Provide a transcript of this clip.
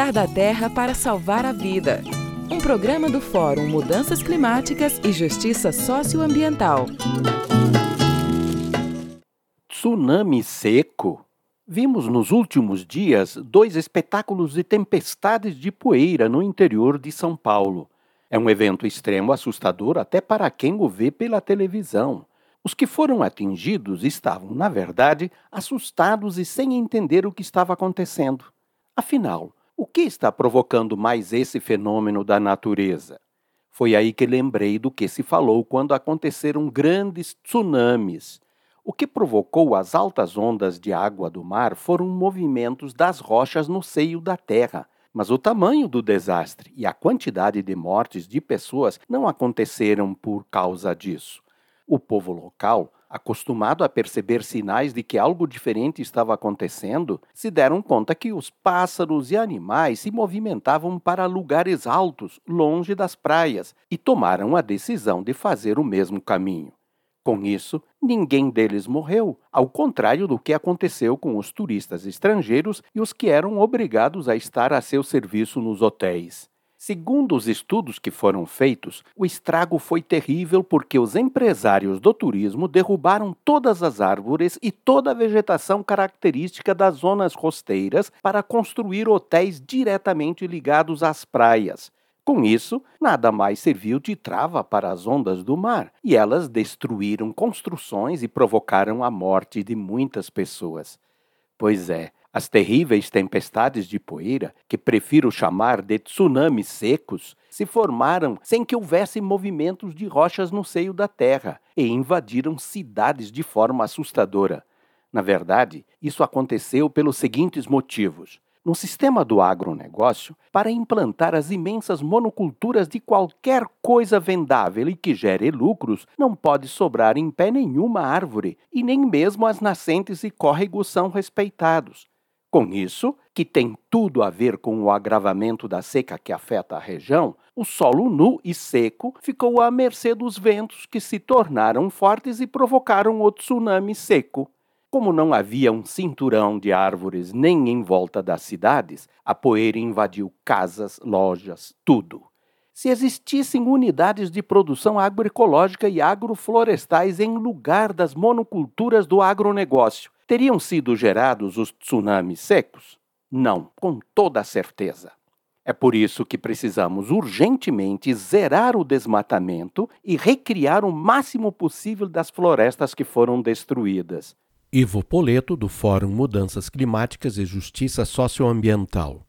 Cuidar da terra para salvar a vida. Um programa do Fórum Mudanças Climáticas e Justiça Socioambiental. Tsunami seco? Vimos nos últimos dias 2 espetáculos de tempestades de poeira no interior de São Paulo. É um evento extremo assustador até para quem o vê pela televisão. Os que foram atingidos estavam, na verdade, assustados e sem entender o que estava acontecendo. Afinal, o que está provocando mais esse fenômeno da natureza? Foi aí que lembrei do que se falou quando aconteceram grandes tsunamis. O que provocou as altas ondas de água do mar foram movimentos das rochas no seio da terra. Mas o tamanho do desastre e a quantidade de mortes de pessoas não aconteceram por causa disso. O povo local, acostumado a perceber sinais de que algo diferente estava acontecendo, se deram conta que os pássaros e animais se movimentavam para lugares altos, longe das praias, e tomaram a decisão de fazer o mesmo caminho. Com isso, ninguém deles morreu, ao contrário do que aconteceu com os turistas estrangeiros e os que eram obrigados a estar a seu serviço nos hotéis. Segundo os estudos que foram feitos, o estrago foi terrível porque os empresários do turismo derrubaram todas as árvores e toda a vegetação característica das zonas costeiras para construir hotéis diretamente ligados às praias. Com isso, nada mais serviu de trava para as ondas do mar, e elas destruíram construções e provocaram a morte de muitas pessoas. Pois é, as terríveis tempestades de poeira, que prefiro chamar de tsunamis secos, se formaram sem que houvesse movimentos de rochas no seio da terra e invadiram cidades de forma assustadora. Na verdade, isso aconteceu pelos seguintes motivos. No sistema do agronegócio, para implantar as imensas monoculturas de qualquer coisa vendável e que gere lucros, não pode sobrar em pé nenhuma árvore, e nem mesmo as nascentes e córregos são respeitados. Com isso, que tem tudo a ver com o agravamento da seca que afeta a região, o solo nu e seco ficou à mercê dos ventos que se tornaram fortes e provocaram o tsunami seco. Como não havia um cinturão de árvores nem em volta das cidades, a poeira invadiu casas, lojas, tudo. Se existissem unidades de produção agroecológica e agroflorestais em lugar das monoculturas do agronegócio, teriam sido gerados os tsunamis secos? Não, com toda certeza. É por isso que precisamos urgentemente zerar o desmatamento e recriar o máximo possível das florestas que foram destruídas. Ivo Poleto, do Fórum Mudanças Climáticas e Justiça Socioambiental.